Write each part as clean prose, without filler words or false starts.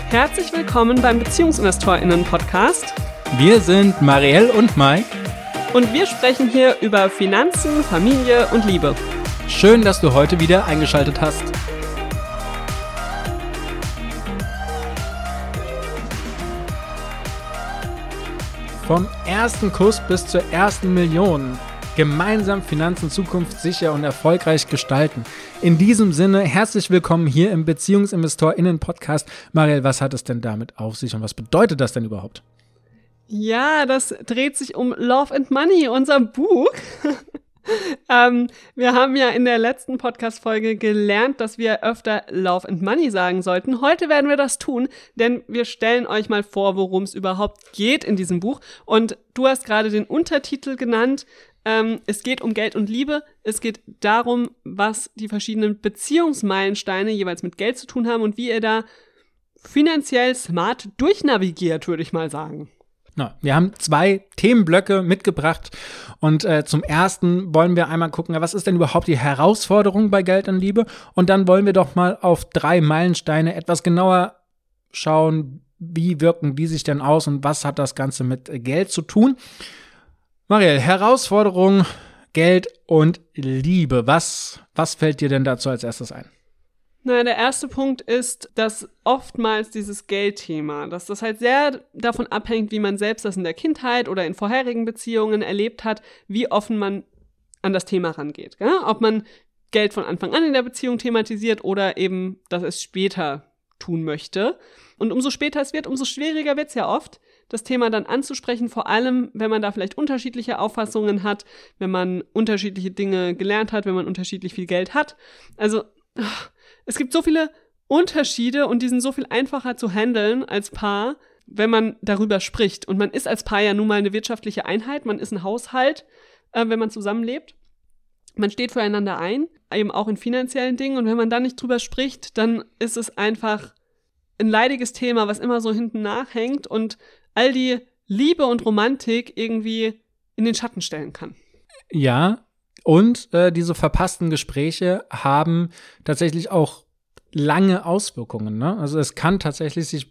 Herzlich willkommen beim BeziehungsinvestorInnen-Podcast. Wir sind Marielle und Mike. Und wir sprechen hier über Finanzen, Familie und Liebe. Schön, dass du heute wieder eingeschaltet hast. Vom ersten Kuss bis zur ersten Million. Gemeinsam Finanzen zukunftssicher und erfolgreich gestalten. In diesem Sinne, herzlich willkommen hier im BeziehungsinvestorInnen-Podcast. Marielle, was hat es denn damit auf sich und was bedeutet das denn überhaupt? Ja, das dreht sich um Love and Money, unser Buch. Wir haben ja in der letzten Podcast-Folge gelernt, dass wir öfter Love and Money sagen sollten. Heute werden wir das tun, denn wir stellen euch mal vor, worum es überhaupt geht in diesem Buch. Und du hast gerade den Untertitel genannt. Es geht um Geld und Liebe. Es geht darum, was die verschiedenen Beziehungsmeilensteine jeweils mit Geld zu tun haben und wie ihr da finanziell smart durchnavigiert, würde ich mal sagen. Ja, wir haben 2 Themenblöcke mitgebracht und zum ersten wollen wir einmal gucken, was ist denn überhaupt die Herausforderung bei Geld und Liebe, und dann wollen wir doch mal auf 3 Meilensteine etwas genauer schauen, wie wirken die sich denn aus und was hat das Ganze mit Geld zu tun. Marielle, Herausforderung, Geld und Liebe, was fällt dir denn dazu als erstes ein? Na, der erste Punkt ist, dass oftmals dieses Geldthema, dass das halt sehr davon abhängt, wie man selbst das in der Kindheit oder in vorherigen Beziehungen erlebt hat, wie offen man an das Thema rangeht. Gell? Ob man Geld von Anfang an in der Beziehung thematisiert oder eben, dass es später tun möchte. Und umso später es wird, umso schwieriger wird es ja oft, das Thema dann anzusprechen, vor allem, wenn man da vielleicht unterschiedliche Auffassungen hat, wenn man unterschiedliche Dinge gelernt hat, wenn man unterschiedlich viel Geld hat. Also, es gibt so viele Unterschiede und die sind so viel einfacher zu handeln als Paar, wenn man darüber spricht. Und man ist als Paar ja nun mal eine wirtschaftliche Einheit, man ist ein Haushalt, wenn man zusammenlebt. Man steht füreinander ein, eben auch in finanziellen Dingen. Und wenn man da nicht drüber spricht, dann ist es einfach ein leidiges Thema, was immer so hinten nachhängt und all die Liebe und Romantik irgendwie in den Schatten stellen kann. Ja, und diese verpassten Gespräche haben tatsächlich auch lange Auswirkungen, ne? Also es kann tatsächlich sich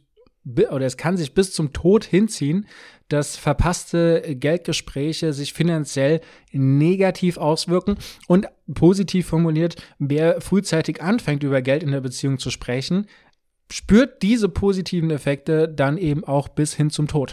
bis zum Tod hinziehen, dass verpasste Geldgespräche sich finanziell negativ auswirken. Und positiv formuliert, wer frühzeitig anfängt, über Geld in der Beziehung zu sprechen, spürt diese positiven Effekte dann eben auch bis hin zum Tod.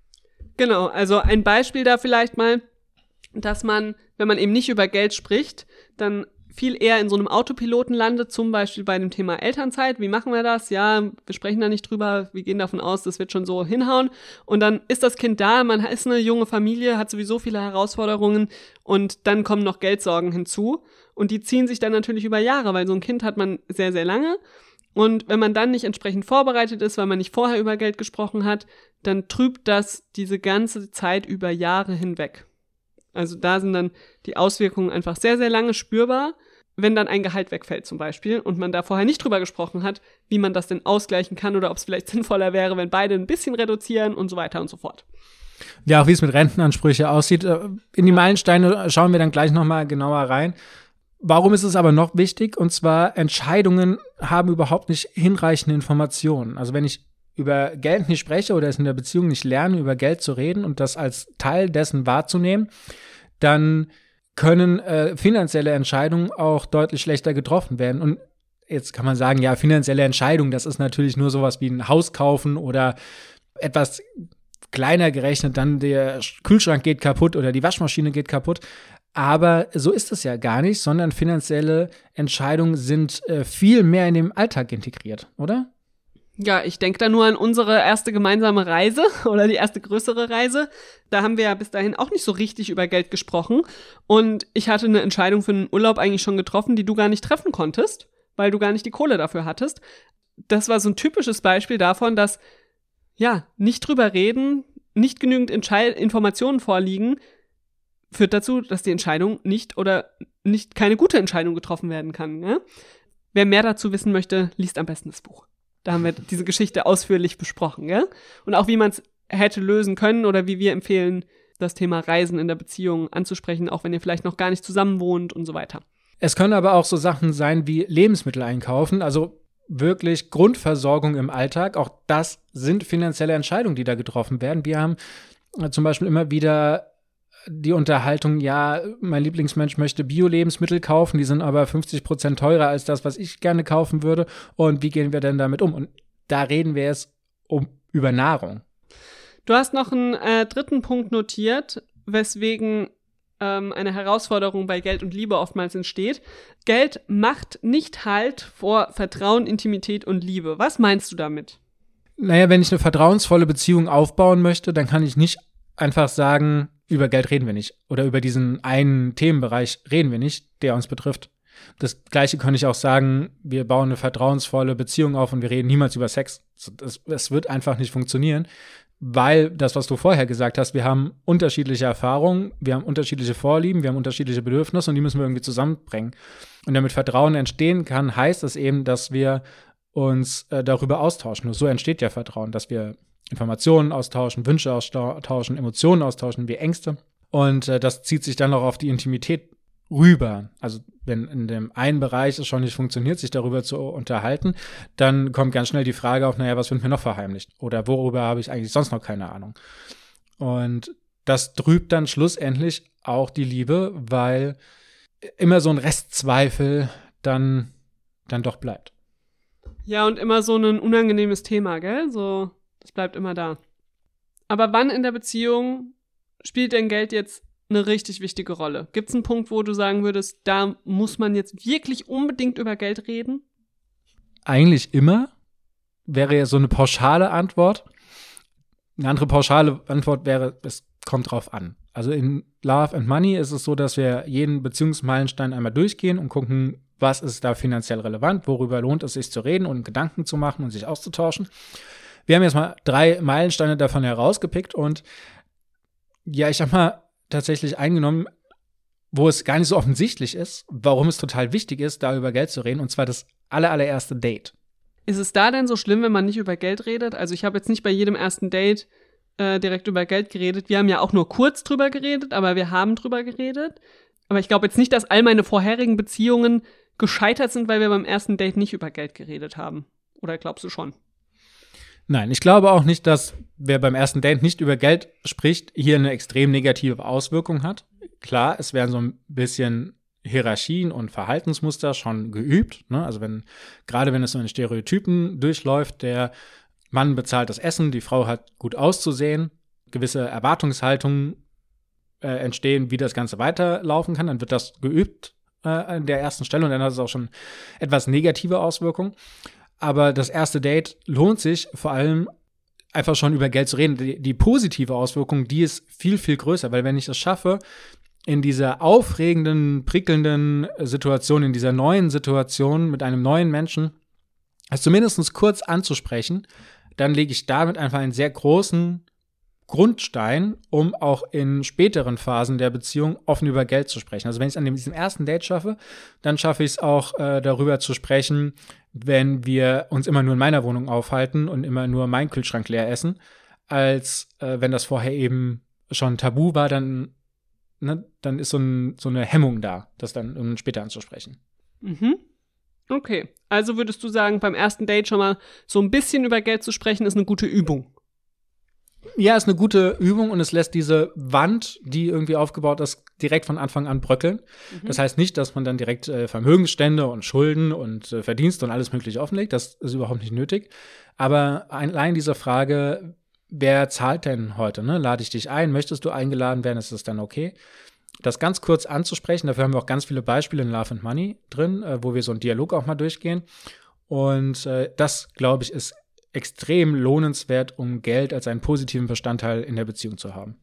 Genau, also ein Beispiel da vielleicht mal, dass man, wenn man eben nicht über Geld spricht, dann viel eher in so einem Autopiloten landet, zum Beispiel bei dem Thema Elternzeit. Wie machen wir das? Ja, wir sprechen da nicht drüber, wir gehen davon aus, das wird schon so hinhauen. Und dann ist das Kind da, man ist eine junge Familie, hat sowieso viele Herausforderungen und dann kommen noch Geldsorgen hinzu. Und die ziehen sich dann natürlich über Jahre, weil so ein Kind hat man sehr, sehr lange. Und wenn man dann nicht entsprechend vorbereitet ist, weil man nicht vorher über Geld gesprochen hat, dann trübt das diese ganze Zeit über Jahre hinweg. Also da sind dann die Auswirkungen einfach sehr, sehr lange spürbar, wenn dann ein Gehalt wegfällt zum Beispiel und man da vorher nicht drüber gesprochen hat, wie man das denn ausgleichen kann oder ob es vielleicht sinnvoller wäre, wenn beide ein bisschen reduzieren und so weiter und so fort. Ja, auch wie es mit Rentenansprüche aussieht. In die Meilensteine schauen wir dann gleich nochmal genauer rein. Warum ist es aber noch wichtig? Und zwar, Entscheidungen haben überhaupt nicht hinreichende Informationen. Also wenn ich über Geld nicht spreche oder es in der Beziehung nicht lerne, über Geld zu reden und das als Teil dessen wahrzunehmen, dann können finanzielle Entscheidungen auch deutlich schlechter getroffen werden. Und jetzt kann man sagen, ja, finanzielle Entscheidungen, das ist natürlich nur sowas wie ein Haus kaufen oder etwas kleiner gerechnet, dann der Kühlschrank geht kaputt oder die Waschmaschine geht kaputt. Aber so ist es ja gar nicht, sondern finanzielle Entscheidungen sind viel mehr in den Alltag integriert, oder? Ja, ich denke da nur an unsere erste gemeinsame Reise oder die erste größere Reise. Da haben wir ja bis dahin auch nicht so richtig über Geld gesprochen. Und ich hatte eine Entscheidung für einen Urlaub eigentlich schon getroffen, die du gar nicht treffen konntest, weil du gar nicht die Kohle dafür hattest. Das war so ein typisches Beispiel davon, dass, ja, nicht drüber reden, nicht genügend Informationen vorliegen, führt dazu, dass die Entscheidung nicht keine gute Entscheidung getroffen werden kann. Ne? Wer mehr dazu wissen möchte, liest am besten das Buch. Da haben wir diese Geschichte ausführlich besprochen, ja? Und auch wie man es hätte lösen können oder wie wir empfehlen, das Thema Reisen in der Beziehung anzusprechen, auch wenn ihr vielleicht noch gar nicht zusammen wohnt und so weiter. Es können aber auch so Sachen sein wie Lebensmittel einkaufen. Also wirklich Grundversorgung im Alltag. Auch das sind finanzielle Entscheidungen, die da getroffen werden. Wir haben zum Beispiel immer wieder die Unterhaltung, ja, mein Lieblingsmensch möchte Bio-Lebensmittel kaufen, die sind aber 50% teurer als das, was ich gerne kaufen würde. Und wie gehen wir denn damit um? Und da reden wir jetzt über Nahrung. Du hast noch einen dritten Punkt notiert, weswegen eine Herausforderung bei Geld und Liebe oftmals entsteht. Geld macht nicht Halt vor Vertrauen, Intimität und Liebe. Was meinst du damit? Naja, wenn ich eine vertrauensvolle Beziehung aufbauen möchte, dann kann ich nicht einfach sagen, über Geld reden wir nicht. Oder über diesen einen Themenbereich reden wir nicht, der uns betrifft. Das Gleiche könnte ich auch sagen, wir bauen eine vertrauensvolle Beziehung auf und wir reden niemals über Sex. Das wird einfach nicht funktionieren, weil das, was du vorher gesagt hast, wir haben unterschiedliche Erfahrungen, wir haben unterschiedliche Vorlieben, wir haben unterschiedliche Bedürfnisse und die müssen wir irgendwie zusammenbringen. Und damit Vertrauen entstehen kann, heißt es eben, dass wir uns darüber austauschen. Nur so entsteht ja Vertrauen, dass wir Informationen austauschen, Wünsche austauschen, Emotionen austauschen, wie Ängste. Und das zieht sich dann auch auf die Intimität rüber. Also wenn in dem einen Bereich es schon nicht funktioniert, sich darüber zu unterhalten, dann kommt ganz schnell die Frage auf, naja, was wird mir noch verheimlicht? Oder worüber habe ich eigentlich sonst noch keine Ahnung? Und das trübt dann schlussendlich auch die Liebe, weil immer so ein Restzweifel dann doch bleibt. Ja, und immer so ein unangenehmes Thema, gell? So, das bleibt immer da. Aber wann in der Beziehung spielt denn Geld jetzt eine richtig wichtige Rolle? Gibt es einen Punkt, wo du sagen würdest, da muss man jetzt wirklich unbedingt über Geld reden? Eigentlich immer, wäre ja so eine pauschale Antwort. Eine andere pauschale Antwort wäre, es kommt drauf an. Also in Love and Money ist es so, dass wir jeden Beziehungsmeilenstein einmal durchgehen und gucken, was ist da finanziell relevant, worüber lohnt es sich zu reden und Gedanken zu machen und sich auszutauschen. Wir haben jetzt mal 3 Meilensteine davon herausgepickt und ja, ich habe mal tatsächlich eingenommen, wo es gar nicht so offensichtlich ist, warum es total wichtig ist, da über Geld zu reden, und zwar das allererste Date. Ist es da denn so schlimm, wenn man nicht über Geld redet? Also ich habe jetzt nicht bei jedem ersten Date direkt über Geld geredet. Wir haben ja auch nur kurz drüber geredet, aber wir haben drüber geredet. Aber ich glaube jetzt nicht, dass all meine vorherigen Beziehungen gescheitert sind, weil wir beim ersten Date nicht über Geld geredet haben. Oder glaubst du schon? Nein, ich glaube auch nicht, dass wer beim ersten Date nicht über Geld spricht, hier eine extrem negative Auswirkung hat. Klar, es werden so ein bisschen Hierarchien und Verhaltensmuster schon geübt, ne? Also gerade wenn es so in Stereotypen durchläuft, der Mann bezahlt das Essen, die Frau hat gut auszusehen, gewisse Erwartungshaltungen entstehen, wie das Ganze weiterlaufen kann, dann wird das geübt an der ersten Stelle und dann hat es auch schon etwas negative Auswirkungen. Aber das erste Date lohnt sich vor allem einfach schon über Geld zu reden. Die positive Auswirkung, die ist viel, viel größer, weil wenn ich es schaffe, in dieser aufregenden, prickelnden Situation, in dieser neuen Situation mit einem neuen Menschen, es zumindest kurz anzusprechen, dann lege ich damit einfach einen sehr großen Grundstein, um auch in späteren Phasen der Beziehung offen über Geld zu sprechen. Also wenn ich es an diesem ersten Date schaffe, dann schaffe ich es auch darüber zu sprechen, wenn wir uns immer nur in meiner Wohnung aufhalten und immer nur meinen Kühlschrank leer essen, als wenn das vorher eben schon tabu war, dann ist so eine Hemmung da, das dann später anzusprechen. Mhm. Okay, also würdest du sagen, beim ersten Date schon mal so ein bisschen über Geld zu sprechen, ist eine gute Übung? Ja, ist eine gute Übung und es lässt diese Wand, die irgendwie aufgebaut ist, direkt von Anfang an bröckeln. Mhm. Das heißt nicht, dass man dann direkt Vermögensstände und Schulden und Verdienste und alles Mögliche offenlegt. Das ist überhaupt nicht nötig. Aber allein diese Frage, wer zahlt denn heute? Ne? Lade ich dich ein? Möchtest du eingeladen werden? Ist das dann okay? Das ganz kurz anzusprechen, dafür haben wir auch ganz viele Beispiele in Love and Money drin, wo wir so einen Dialog auch mal durchgehen. Und das, glaube ich, ist extrem lohnenswert, um Geld als einen positiven Bestandteil in der Beziehung zu haben.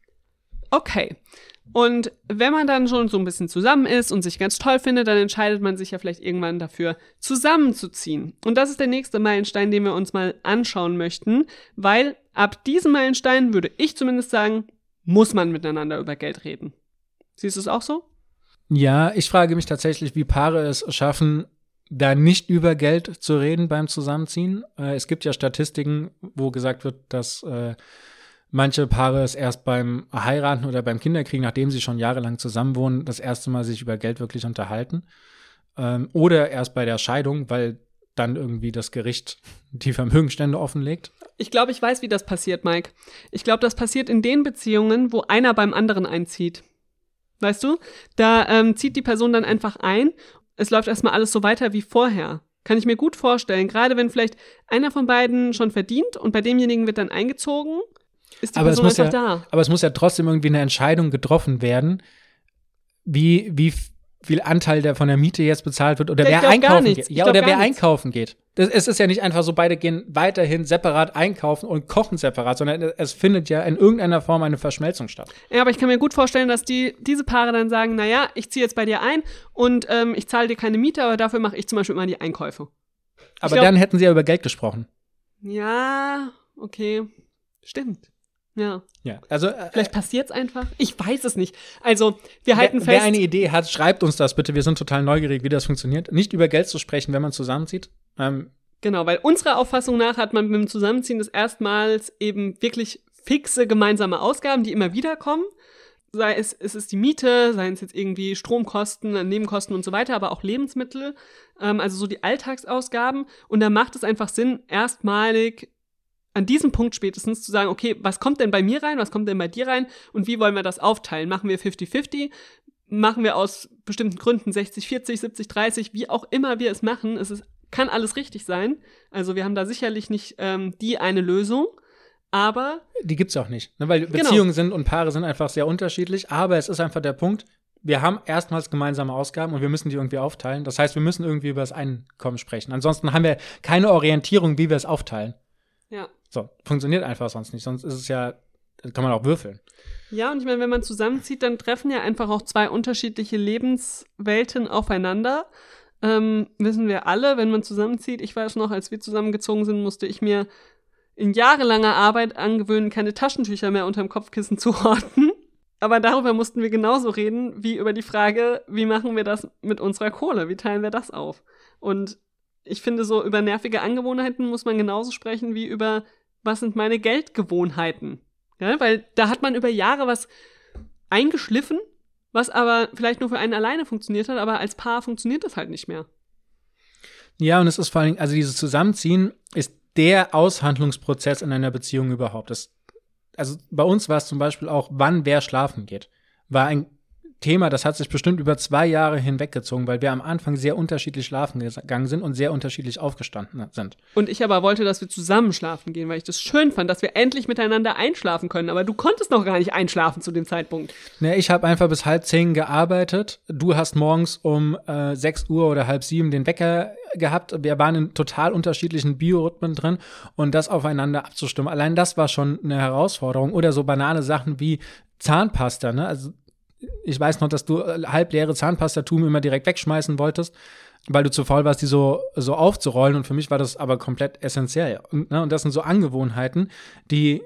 Okay. Und wenn man dann schon so ein bisschen zusammen ist und sich ganz toll findet, dann entscheidet man sich ja vielleicht irgendwann dafür, zusammenzuziehen. Und das ist der nächste Meilenstein, den wir uns mal anschauen möchten, weil ab diesem Meilenstein, würde ich zumindest sagen, muss man miteinander über Geld reden. Siehst du es auch so? Ja, ich frage mich tatsächlich, wie Paare es schaffen, da nicht über Geld zu reden beim Zusammenziehen. Es gibt ja Statistiken, wo gesagt wird, dass manche Paare es erst beim Heiraten oder beim Kinderkriegen, nachdem sie schon jahrelang zusammenwohnen, das erste Mal sich über Geld wirklich unterhalten. Oder erst bei der Scheidung, weil dann irgendwie das Gericht die Vermögensstände offenlegt? Ich glaube, ich weiß, wie das passiert, Mike. Ich glaube, das passiert in den Beziehungen, wo einer beim anderen einzieht. Weißt du? Da zieht die Person dann einfach ein. Es läuft erstmal alles so weiter wie vorher. Kann ich mir gut vorstellen. Gerade wenn vielleicht einer von beiden schon verdient und bei demjenigen wird dann eingezogen, ist die Person einfach da. Aber es muss ja trotzdem irgendwie eine Entscheidung getroffen werden, wie viel Anteil der von der Miete jetzt bezahlt wird oder wer einkaufen geht. Ja, oder wer einkaufen geht. Es ist ja nicht einfach so, beide gehen weiterhin separat einkaufen und kochen separat, sondern es findet ja in irgendeiner Form eine Verschmelzung statt. Ja, aber ich kann mir gut vorstellen, dass diese Paare dann sagen, naja, ich ziehe jetzt bei dir ein und ich zahle dir keine Miete, aber dafür mache ich zum Beispiel immer die Einkäufe. Aber dann hätten sie ja über Geld gesprochen. Ja, okay. Stimmt. Ja. Also vielleicht passiert's einfach. Ich weiß es nicht. Also, wir halten fest. Wer eine Idee hat, schreibt uns das bitte. Wir sind total neugierig, wie das funktioniert. Nicht über Geld zu sprechen, wenn man zusammenzieht. Genau, weil unserer Auffassung nach hat man mit dem Zusammenziehen des erstmals eben wirklich fixe gemeinsame Ausgaben, die immer wieder kommen. Sei es ist die Miete, seien es jetzt irgendwie Stromkosten, Nebenkosten und so weiter, aber auch Lebensmittel. Also so die Alltagsausgaben. Und da macht es einfach Sinn, erstmalig an diesem Punkt spätestens zu sagen, okay, was kommt denn bei mir rein, was kommt denn bei dir rein und wie wollen wir das aufteilen? Machen wir 50-50? Machen wir aus bestimmten Gründen 60-40, 70-30, wie auch immer wir es machen, kann alles richtig sein. Also wir haben da sicherlich nicht die eine Lösung, aber die gibt's auch nicht, ne? Weil Beziehungen sind und Paare sind einfach sehr unterschiedlich, aber es ist einfach der Punkt, wir haben erstmals gemeinsame Ausgaben und wir müssen die irgendwie aufteilen. Das heißt, wir müssen irgendwie über das Einkommen sprechen. Ansonsten haben wir keine Orientierung, wie wir es aufteilen. Ja. So, funktioniert einfach sonst nicht. Sonst ist es ja, kann man auch würfeln. Ja, und ich meine, wenn man zusammenzieht, dann treffen ja einfach auch zwei unterschiedliche Lebenswelten aufeinander. Wissen wir alle, wenn man zusammenzieht. Ich weiß noch, als wir zusammengezogen sind, musste ich mir in jahrelanger Arbeit angewöhnen, keine Taschentücher mehr unterm Kopfkissen zu horten. Aber darüber mussten wir genauso reden, wie über die Frage, wie machen wir das mit unserer Kohle? Wie teilen wir das auf? Und ich finde, so über nervige Angewohnheiten muss man genauso sprechen wie über, was sind meine Geldgewohnheiten? Ja, weil da hat man über Jahre was eingeschliffen, was aber vielleicht nur für einen alleine funktioniert hat, aber als Paar funktioniert das halt nicht mehr. Ja, und es ist vor allem, also dieses Zusammenziehen ist der Aushandlungsprozess in einer Beziehung überhaupt. Also bei uns war es zum Beispiel auch, wann wer schlafen geht. War ein Thema, das hat sich bestimmt über 2 Jahre hinweggezogen, weil wir am Anfang sehr unterschiedlich schlafen gegangen sind und sehr unterschiedlich aufgestanden sind. Und ich aber wollte, dass wir zusammen schlafen gehen, weil ich das schön fand, dass wir endlich miteinander einschlafen können. Aber du konntest noch gar nicht einschlafen zu dem Zeitpunkt. Ne, ich habe einfach bis 6:30 gearbeitet. Du hast morgens um 6 Uhr oder 6:30 den Wecker gehabt. Wir waren in total unterschiedlichen Biorhythmen drin und das aufeinander abzustimmen. Allein das war schon eine Herausforderung. Oder so banale Sachen wie Zahnpasta, ne? Also ich weiß noch, dass du halbleere Zahnpastatuben immer direkt wegschmeißen wolltest, weil du zu faul warst, die so aufzurollen. Und für mich war das aber komplett essentiell. Und das sind so Angewohnheiten, die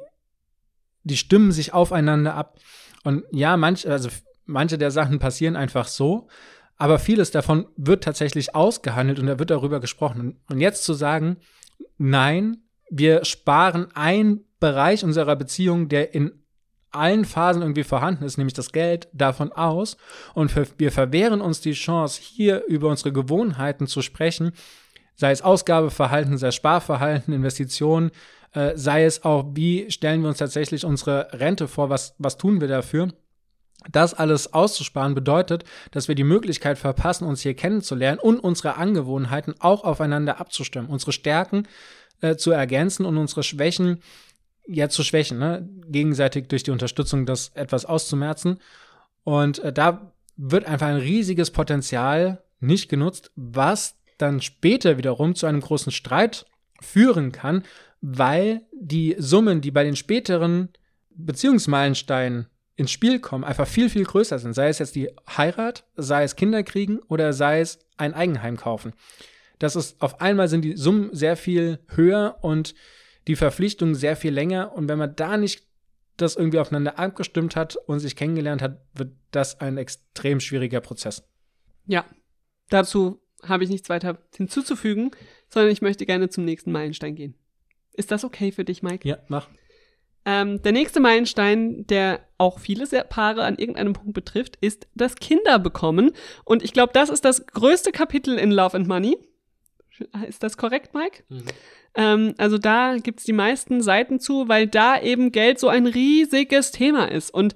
stimmen sich aufeinander ab. Und ja, manche der Sachen passieren einfach so, aber vieles davon wird tatsächlich ausgehandelt und da wird darüber gesprochen. Und jetzt zu sagen, nein, wir sparen einen Bereich unserer Beziehung, der in allen Phasen irgendwie vorhanden ist, nämlich das Geld, davon aus und wir verwehren uns die Chance, hier über unsere Gewohnheiten zu sprechen, sei es Ausgabeverhalten, sei es Sparverhalten, Investitionen, sei es auch, wie stellen wir uns tatsächlich unsere Rente vor, was tun wir dafür. Das alles auszusparen bedeutet, dass wir die Möglichkeit verpassen, uns hier kennenzulernen und unsere Angewohnheiten auch aufeinander abzustimmen, unsere Stärken zu ergänzen und unsere Schwächen zu schwächen, ne? Gegenseitig durch die Unterstützung das etwas auszumerzen. Und da wird einfach ein riesiges Potenzial nicht genutzt, was dann später wiederum zu einem großen Streit führen kann, weil die Summen, die bei den späteren Beziehungsmeilensteinen ins Spiel kommen, einfach viel, viel größer sind. Sei es jetzt die Heirat, sei es Kinder kriegen oder sei es ein Eigenheim kaufen. Auf einmal sind die Summen sehr viel höher und die Verpflichtung sehr viel länger und wenn man da nicht das irgendwie aufeinander abgestimmt hat und sich kennengelernt hat, wird das ein extrem schwieriger Prozess. Ja, dazu habe ich nichts weiter hinzuzufügen, sondern ich möchte gerne zum nächsten Meilenstein gehen. Ist das okay für dich, Mike? Ja, mach. Der nächste Meilenstein, der auch viele Paare an irgendeinem Punkt betrifft, ist das Kinderbekommen. Und ich glaube, das ist das größte Kapitel in Love and Money. Ist das korrekt, Mike? Also da gibt es die meisten Seiten zu, weil da eben Geld so ein riesiges Thema ist. Und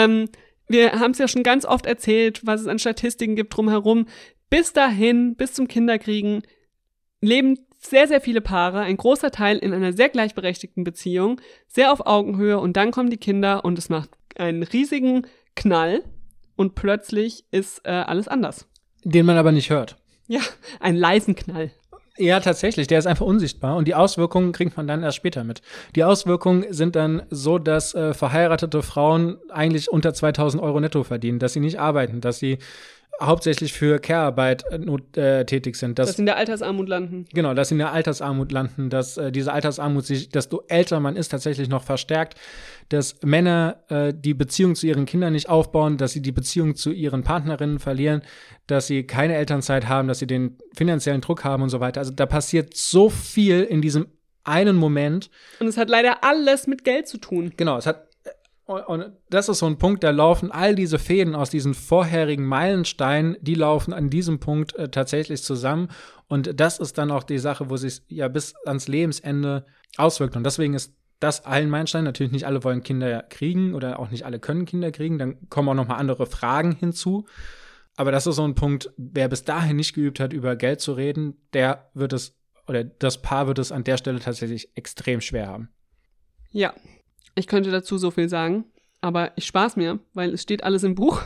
wir haben es ja schon ganz oft erzählt, was es an Statistiken gibt drumherum. Bis dahin, bis zum Kinderkriegen, leben sehr, sehr viele Paare, ein großer Teil in einer sehr gleichberechtigten Beziehung, sehr auf Augenhöhe und dann kommen die Kinder und es macht einen riesigen Knall und plötzlich ist alles anders. Den man aber nicht hört. Ja, einen leisen Knall. Ja, tatsächlich, der ist einfach unsichtbar und die Auswirkungen kriegt man dann erst später mit. Die Auswirkungen sind dann so, dass verheiratete Frauen eigentlich unter 2.000 € netto verdienen, dass sie nicht arbeiten, dass sie hauptsächlich für Care-Arbeit tätig sind. Dass sie in der Altersarmut landen. Genau, dass sie in der Altersarmut landen, dass diese Altersarmut sich, desto älter man ist, tatsächlich noch verstärkt, dass Männer die Beziehung zu ihren Kindern nicht aufbauen, dass sie die Beziehung zu ihren Partnerinnen verlieren, dass sie keine Elternzeit haben, dass sie den finanziellen Druck haben und so weiter. Also da passiert so viel in diesem einen Moment. Und es hat leider alles mit Geld zu tun. Genau, und das ist so ein Punkt, da laufen all diese Fäden aus diesen vorherigen Meilensteinen, die laufen an diesem Punkt tatsächlich zusammen. Und das ist dann auch die Sache, wo sich ja bis ans Lebensende auswirkt. Und deswegen ist das ein Meilenstein. Natürlich nicht alle wollen Kinder kriegen oder auch nicht alle können Kinder kriegen. Dann kommen auch noch mal andere Fragen hinzu. Aber das ist so ein Punkt, wer bis dahin nicht geübt hat, über Geld zu reden, der wird es, oder das Paar wird es an der Stelle tatsächlich extrem schwer haben. Ja. Ich könnte dazu so viel sagen, aber ich spare es mir, weil es steht alles im Buch.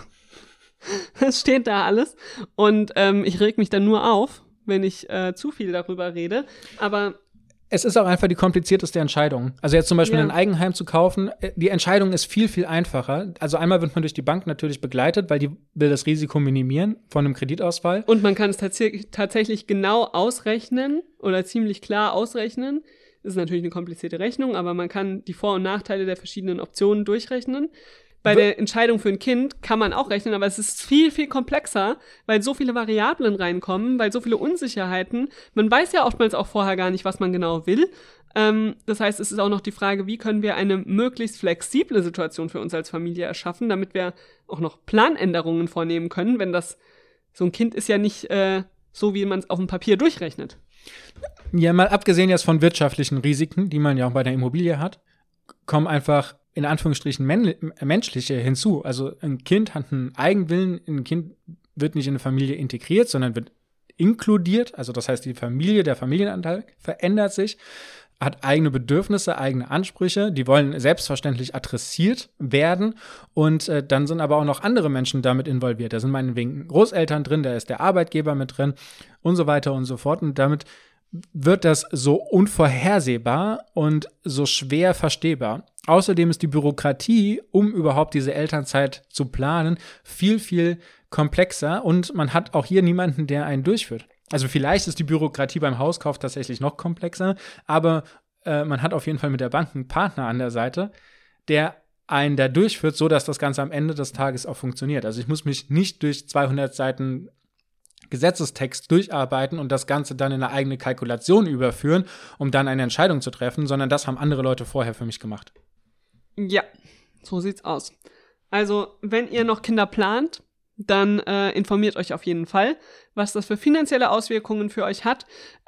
Es steht da alles. Und ich reg mich dann nur auf, wenn ich zu viel darüber rede. Aber es ist auch einfach die komplizierteste Entscheidung. Also jetzt zum Beispiel ein Eigenheim zu kaufen, die Entscheidung ist viel, viel einfacher. Also einmal wird man durch die Bank natürlich begleitet, weil die will das Risiko minimieren von einem Kreditausfall. Und man kann es tatsächlich genau ausrechnen oder ziemlich klar ausrechnen. Das ist natürlich eine komplizierte Rechnung, aber man kann die Vor- und Nachteile der verschiedenen Optionen durchrechnen. Bei der Entscheidung für ein Kind kann man auch rechnen, aber es ist viel, viel komplexer, weil so viele Variablen reinkommen, weil so viele Unsicherheiten. Man weiß ja oftmals auch vorher gar nicht, was man genau will. Das heißt, es ist auch noch die Frage, wie können wir eine möglichst flexible Situation für uns als Familie erschaffen, damit wir auch noch Planänderungen vornehmen können, wenn das so ein Kind ist ja nicht so, wie man es auf dem Papier durchrechnet. Ja, mal abgesehen jetzt von wirtschaftlichen Risiken, die man ja auch bei der Immobilie hat, kommen einfach in Anführungsstrichen menschliche hinzu. Also ein Kind hat einen Eigenwillen, ein Kind wird nicht in eine Familie integriert, sondern wird inkludiert. Also das heißt, die Familie, der Familienanteil verändert sich, hat eigene Bedürfnisse, eigene Ansprüche, die wollen selbstverständlich adressiert werden und dann sind aber auch noch andere Menschen damit involviert. Da sind meinetwegen Großeltern drin, da ist der Arbeitgeber mit drin und so weiter und so fort und damit wird das so unvorhersehbar und so schwer verstehbar. Außerdem ist die Bürokratie, um überhaupt diese Elternzeit zu planen, viel, viel komplexer und man hat auch hier niemanden, der einen durchführt. Also vielleicht ist die Bürokratie beim Hauskauf tatsächlich noch komplexer, aber man hat auf jeden Fall mit der Bank einen Partner an der Seite, der einen da durchführt, sodass das Ganze am Ende des Tages auch funktioniert. Also ich muss mich nicht durch 200 Seiten Gesetzestext durcharbeiten und das Ganze dann in eine eigene Kalkulation überführen, um dann eine Entscheidung zu treffen, sondern das haben andere Leute vorher für mich gemacht. Ja, so sieht's aus. Also, wenn ihr noch Kinder plant, dann informiert euch auf jeden Fall, was das für finanzielle Auswirkungen für euch hat.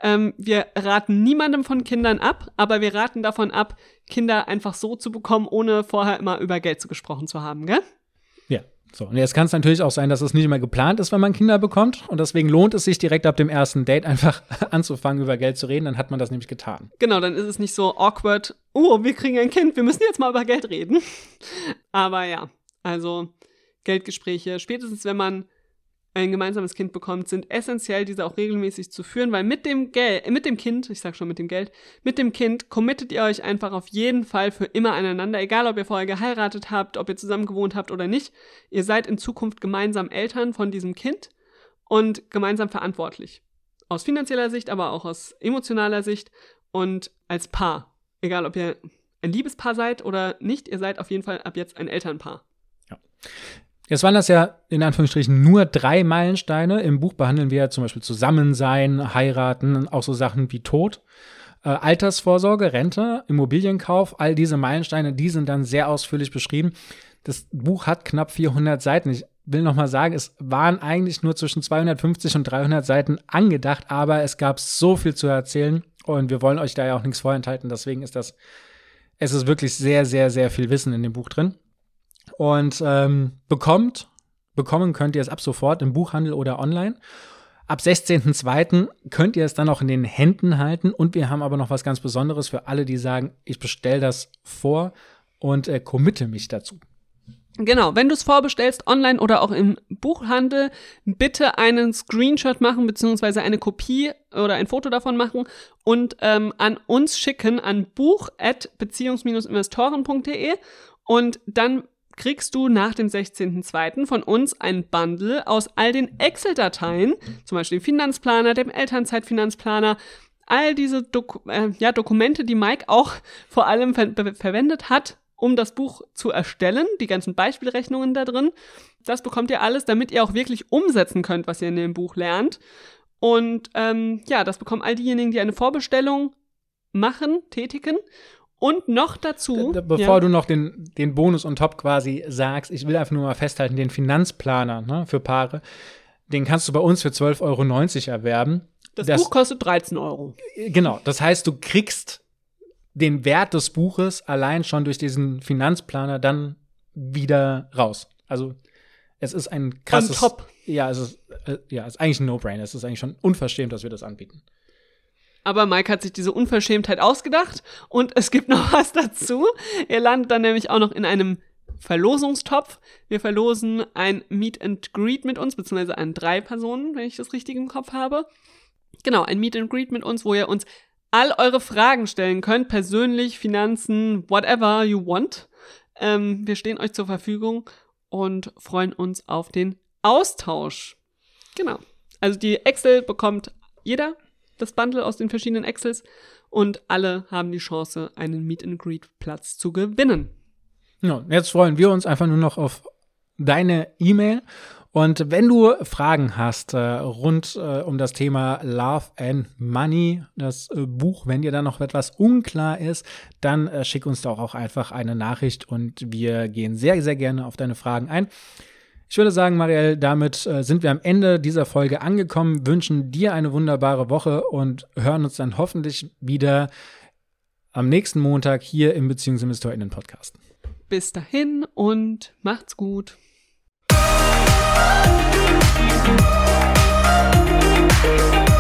Wir raten niemandem von Kindern ab, aber wir raten davon ab, Kinder einfach so zu bekommen, ohne vorher immer über Geld gesprochen zu haben, gell? Ja. So, und jetzt kann es natürlich auch sein, dass es nicht immer geplant ist, wenn man Kinder bekommt. Und deswegen lohnt es sich direkt ab dem ersten Date einfach anzufangen, über Geld zu reden. Dann hat man das nämlich getan. Genau, dann ist es nicht so awkward, wir kriegen ein Kind, wir müssen jetzt mal über Geld reden. Aber ja, also Geldgespräche, spätestens wenn man ein gemeinsames Kind bekommt, sind essentiell, diese auch regelmäßig zu führen, weil mit dem Kind committet ihr euch einfach auf jeden Fall für immer aneinander, egal ob ihr vorher geheiratet habt, ob ihr zusammen gewohnt habt oder nicht. Ihr seid in Zukunft gemeinsam Eltern von diesem Kind und gemeinsam verantwortlich. Aus finanzieller Sicht, aber auch aus emotionaler Sicht und als Paar. Egal, ob ihr ein Liebespaar seid oder nicht, ihr seid auf jeden Fall ab jetzt ein Elternpaar. Ja. Jetzt waren das ja in Anführungsstrichen nur 3 Meilensteine. Im Buch behandeln wir ja zum Beispiel Zusammensein, Heiraten, auch so Sachen wie Tod, Altersvorsorge, Rente, Immobilienkauf. All diese Meilensteine, die sind dann sehr ausführlich beschrieben. Das Buch hat knapp 400 Seiten. Ich will nochmal sagen, es waren eigentlich nur zwischen 250 und 300 Seiten angedacht, aber es gab so viel zu erzählen und wir wollen euch da ja auch nichts vorenthalten. Deswegen es ist wirklich sehr, sehr, sehr viel Wissen in dem Buch drin. Und bekommen könnt ihr es ab sofort im Buchhandel oder online. Ab 16.02. könnt ihr es dann auch in den Händen halten. Und wir haben aber noch was ganz Besonderes für alle, die sagen, ich bestelle das vor und committe mich dazu. Genau, wenn du es vorbestellst, online oder auch im Buchhandel, bitte einen Screenshot machen, beziehungsweise eine Kopie oder ein Foto davon machen und an uns schicken an buch@beziehungs-investoren.de und dann kriegst du nach dem 16.02. von uns ein Bundle aus all den Excel-Dateien, zum Beispiel dem Finanzplaner, dem Elternzeitfinanzplaner, all diese Dokumente, die Mike auch vor allem verwendet hat, um das Buch zu erstellen, die ganzen Beispielrechnungen da drin. Das bekommt ihr alles, damit ihr auch wirklich umsetzen könnt, was ihr in dem Buch lernt. Und das bekommen all diejenigen, die eine Vorbestellung tätigen. Und noch dazu, bevor du noch den Bonus on top quasi sagst, ich will einfach nur mal festhalten, den Finanzplaner für Paare, den kannst du bei uns für 12,90 € erwerben. Das Buch kostet 13 €. Genau, das heißt, du kriegst den Wert des Buches allein schon durch diesen Finanzplaner dann wieder raus. Also es ist ein krasses… On top. Ja, es ist eigentlich ein No-Brainer. Es ist eigentlich schon unverschämt, dass wir das anbieten. Aber Mike hat sich diese Unverschämtheit ausgedacht und es gibt noch was dazu. Ihr landet dann nämlich auch noch in einem Verlosungstopf. Wir verlosen ein Meet and Greet mit uns, beziehungsweise an 3 Personen, wenn ich das richtig im Kopf habe. Genau, ein Meet and Greet mit uns, wo ihr uns all eure Fragen stellen könnt, persönlich, Finanzen, whatever you want. Wir stehen euch zur Verfügung und freuen uns auf den Austausch. Genau. Also die Excel bekommt jeder, das Bundle aus den verschiedenen Excels und alle haben die Chance, einen Meet-and-Greet-Platz zu gewinnen. Ja, jetzt freuen wir uns einfach nur noch auf deine E-Mail. Und wenn du Fragen hast rund um das Thema Love and Money, das Buch, wenn dir da noch etwas unklar ist, dann schick uns doch auch einfach eine Nachricht und wir gehen sehr, sehr gerne auf deine Fragen ein. Ich würde sagen, Marielle, damit sind wir am Ende dieser Folge angekommen, wünschen dir eine wunderbare Woche und hören uns dann hoffentlich wieder am nächsten Montag hier im BeziehungsinvestorInnen-Podcast. Bis dahin und macht's gut. We'll be right back.